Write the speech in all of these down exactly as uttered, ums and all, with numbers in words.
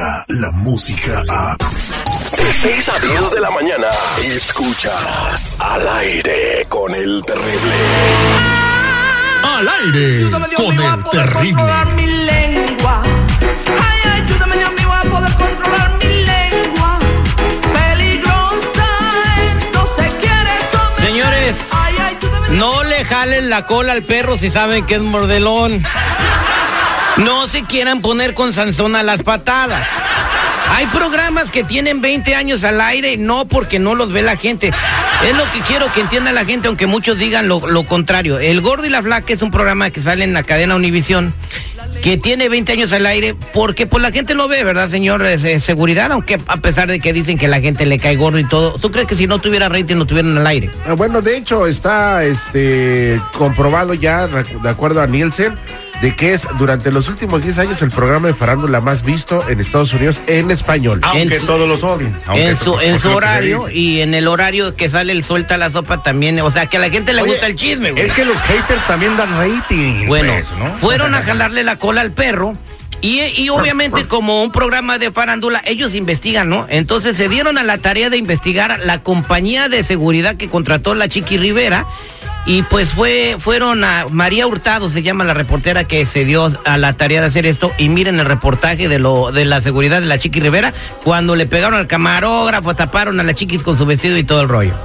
llega la música a... De seis a diez de la mañana, escuchas Al Aire con el Terrible. Al Aire con el Terrible. Mi lengua. Ay, ayúdame, Dios mío, a poder controlar mi lengua. Peligrosa esto se quiere someter. Señores, ay, ayúdame, no le jalen la cola al perro si saben que es mordelón. No se quieran poner con Sansón a las patadas. Hay programas que tienen veinte años al aire, no porque no los ve la gente. Es lo que quiero que entienda la gente, aunque muchos digan lo, lo contrario. El Gordo y la Flaca es un programa que sale en la cadena Univisión, que tiene veinte años al aire, porque pues la gente lo ve, ¿verdad, señor? Es, es seguridad, aunque a pesar de que dicen que la gente le cae gordo y todo. ¿Tú crees que si no tuviera rating lo tuvieran al aire? Ah, bueno, de hecho está este comprobado ya, de acuerdo a Nielsen, de que es durante los últimos diez años el programa de farándula más visto en Estados Unidos en español. Aunque su, todos los odien. En su, en su horario que y en el horario que sale el Suelta la Sopa también. O sea, que a la gente le Oye, gusta el chisme, güey. Es que los haters también dan rating. Bueno, pues, ¿no? fueron a jalarle la cola al perro. Y, y obviamente como un programa de farándula, ellos investigan, ¿no? Entonces se dieron a la tarea de investigar la compañía de seguridad que contrató la Chiqui Rivera. Y pues fue, fueron a María Hurtado, se llama la reportera que se dio a la tarea de hacer esto. Y miren el reportaje de lo de la seguridad de la Chiqui Rivera, cuando le pegaron al camarógrafo, taparon a la Chiquis con su vestido y todo el rollo.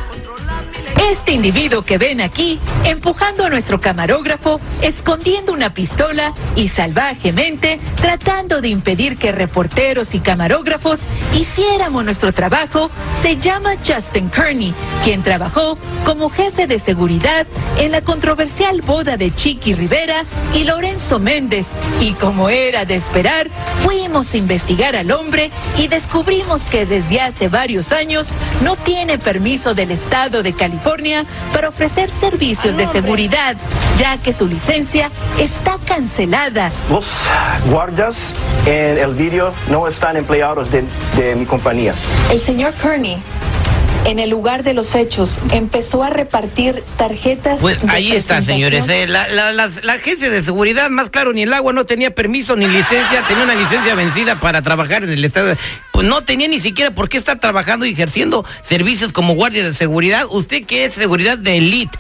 Este individuo que ven aquí, empujando a nuestro camarógrafo, escondiendo una pistola y salvajemente tratando de impedir que reporteros y camarógrafos hiciéramos nuestro trabajo, se llama Justin Kearney, quien trabajó como jefe de seguridad en la controversial boda de Chiqui Rivera y Lorenzo Méndez. Y como era de esperar, fuimos a investigar al hombre y descubrimos que desde hace varios años no tiene permiso del estado de California para ofrecer servicios de seguridad, ya que su licencia está cancelada. Los guardias en el vídeo no están empleados de, de mi compañía. El señor Kearney, en el lugar de los hechos, empezó a repartir tarjetas. Pues de ahí está, señores. Eh, la, la, la, la agencia de seguridad, más claro, ni el agua, no tenía permiso ni licencia, tenía una licencia vencida para trabajar en el estado. Pues no tenía ni siquiera por qué estar trabajando y ejerciendo servicios como guardia de seguridad. Usted que es seguridad de élite,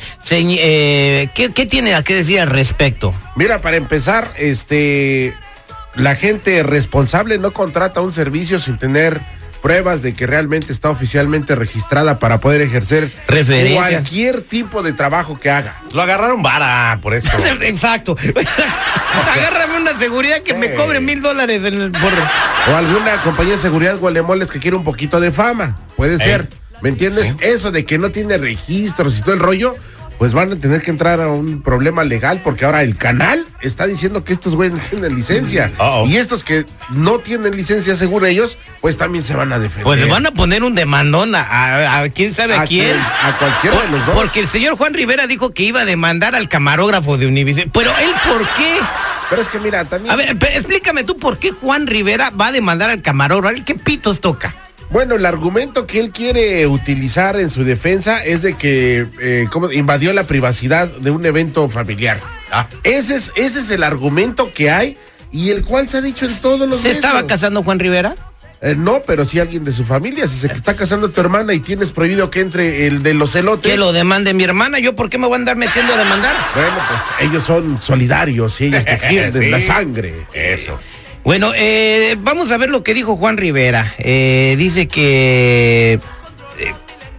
eh, ¿qué, ¿qué tiene a qué decir al respecto? Mira, para empezar, este, la gente responsable no contrata un servicio sin tener pruebas de que realmente está oficialmente registrada para poder ejercer cualquier tipo de trabajo que haga. Lo agarraron vara, por eso. Exacto. Agárrame una seguridad que sí. me cobre mil dólares en el por... O alguna compañía de seguridad gualemoles que quiere un poquito de fama. Puede ser. ¿Eh? ¿Me entiendes? ¿Eh? Eso de que no tiene registros y todo el rollo, pues van a tener que entrar a un problema legal, porque ahora el canal está diciendo que estos güeyes no tienen licencia. Uh-oh. Y estos que no tienen licencia, según ellos, pues también se van a defender. Pues le van a poner un demandón a, a, a quién sabe a, a quién. A cualquiera Por, de los dos. Porque el señor Juan Rivera dijo que iba a demandar al camarógrafo de Univisión. Pero él, ¿por qué? Pero es que mira, también... A ver, explícame tú, ¿por qué Juan Rivera va a demandar al camarógrafo? ¿Qué pitos toca? Bueno, el argumento que él quiere utilizar en su defensa es de que eh, como invadió la privacidad de un evento familiar. Ah. Ese es, ese es el argumento que hay y el cual se ha dicho en todos los ¿Se medios. estaba casando Juan Rivera? Eh, no, pero sí alguien de su familia. Si se está casando tu hermana y tienes prohibido que entre el de los elotes. Que lo demande mi hermana. ¿Yo por qué me voy a andar metiendo a demandar? Bueno, pues ellos son solidarios y ellos defienden sí. la sangre. Eso. Bueno, eh, vamos a ver lo que dijo Juan Rivera. Eh, dice que... Eh,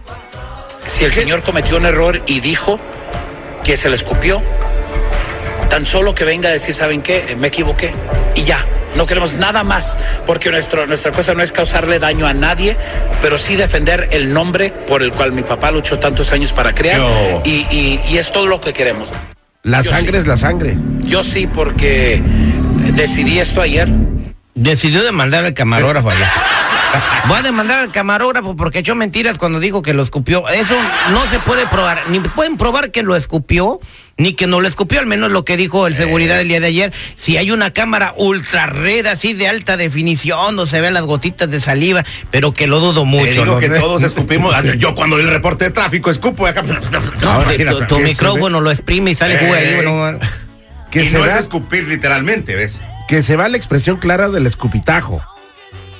si el señor cometió un error y dijo que se le escupió, tan solo que venga a decir, ¿saben qué? Me equivoqué. Y ya, no queremos nada más, porque nuestro, nuestra cosa no es causarle daño a nadie, pero sí defender el nombre por el cual mi papá luchó tantos años para crear. Y, y, y es todo lo que queremos. La Yo sangre sí. es la sangre. Yo sí, porque... decidí esto ayer. Decidió demandar al camarógrafo allá. Voy a demandar al camarógrafo porque echó mentiras cuando dijo que lo escupió. Eso no se puede probar. Ni pueden probar que lo escupió, ni que no lo escupió. Al menos lo que dijo el seguridad el día de ayer. Si hay una cámara ultra red así de alta definición, no se ven las gotitas de saliva, pero que lo dudo mucho. Te digo ¿no? que todos escupimos. Yo cuando vi el reporte de tráfico escupo acá. No, si tu, tu micrófono lo exprime y sale jugo ahí. Bueno, que y se no va es escupir literalmente, ¿ves? Que se va la expresión clara del escupitajo.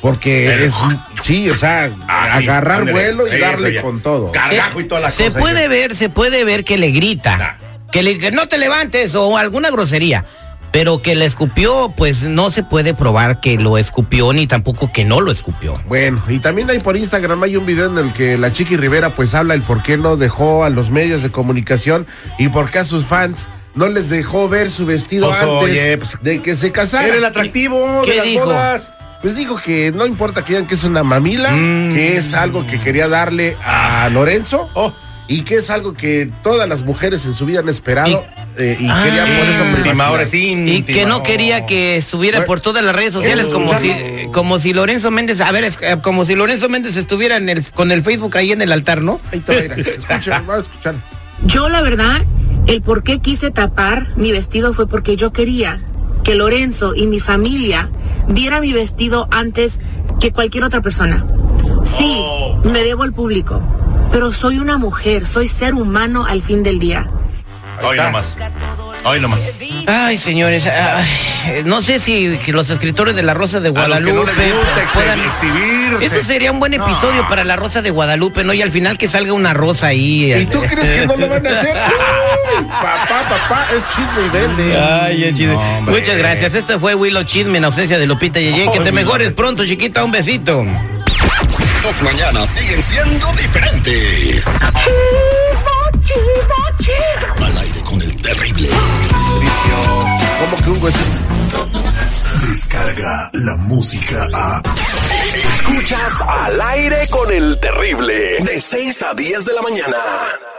Porque Pero- es, sí, o sea, Ah, sí, agarrar ándale, vuelo y eso darle ya. con todo. Cargajo y toda la Se cosa. puede ver, se puede ver que le grita, Nah. que le que no te levantes o alguna grosería, pero que le escupió, pues no se puede probar que lo escupió ni tampoco que no lo escupió. Bueno, y también hay por Instagram, hay un video en el que la Chiqui Rivera pues habla el por qué no dejó a los medios de comunicación y por qué a sus fans no les dejó ver su vestido Pues, antes oye, pues, de que se casara. Era el atractivo ¿Qué de las dijo? bodas. Pues dijo que no importa que digan que es una mamila, Mm. que es algo que quería darle a Lorenzo. Oh. Y que es algo que todas las mujeres en su vida han esperado Y- eh, y, Ah. querían por eso Íntima, privacidad. ahora sí. Y que no quería que estuviera Bueno, por todas las redes sociales eso, como si, escuchando. como si Lorenzo Méndez, a ver, es- eh, como si Lorenzo Méndez estuviera en el, con el Facebook ahí en el altar, ¿no? Ahí te va a ir, escuchen, vamos a escuchar. Yo la verdad, el por qué quise tapar mi vestido fue porque yo quería que Lorenzo y mi familia viera mi vestido antes que cualquier otra persona. Sí, Oh. me debo al público, pero soy una mujer, soy ser humano al fin del día. Hoy nomás. Hoy nomás. Ay, señores, ay, no sé si, si los escritores de La Rosa de A los Guadalupe que no les gusta puedan... exhibirse. Esto sería un buen episodio No. para La Rosa de Guadalupe, ¿no? Y al final que salga una rosa ahí. ¿Y tú crees que no lo van a hacer? Uy, papá, papá, es chisme y vende. Ay, el chisme. No, hombre. Muchas gracias. Esto fue Willow Chisme en ausencia de Lupita Yeye. Que Ay, te mi mejores madre. pronto, chiquita. Un besito. Tus mañanas siguen siendo diferentes. Al aire con el terrible. ¿Cómo que un hueso? Descarga la música a. Escuchas Al aire con el terrible. De seis a diez de la mañana.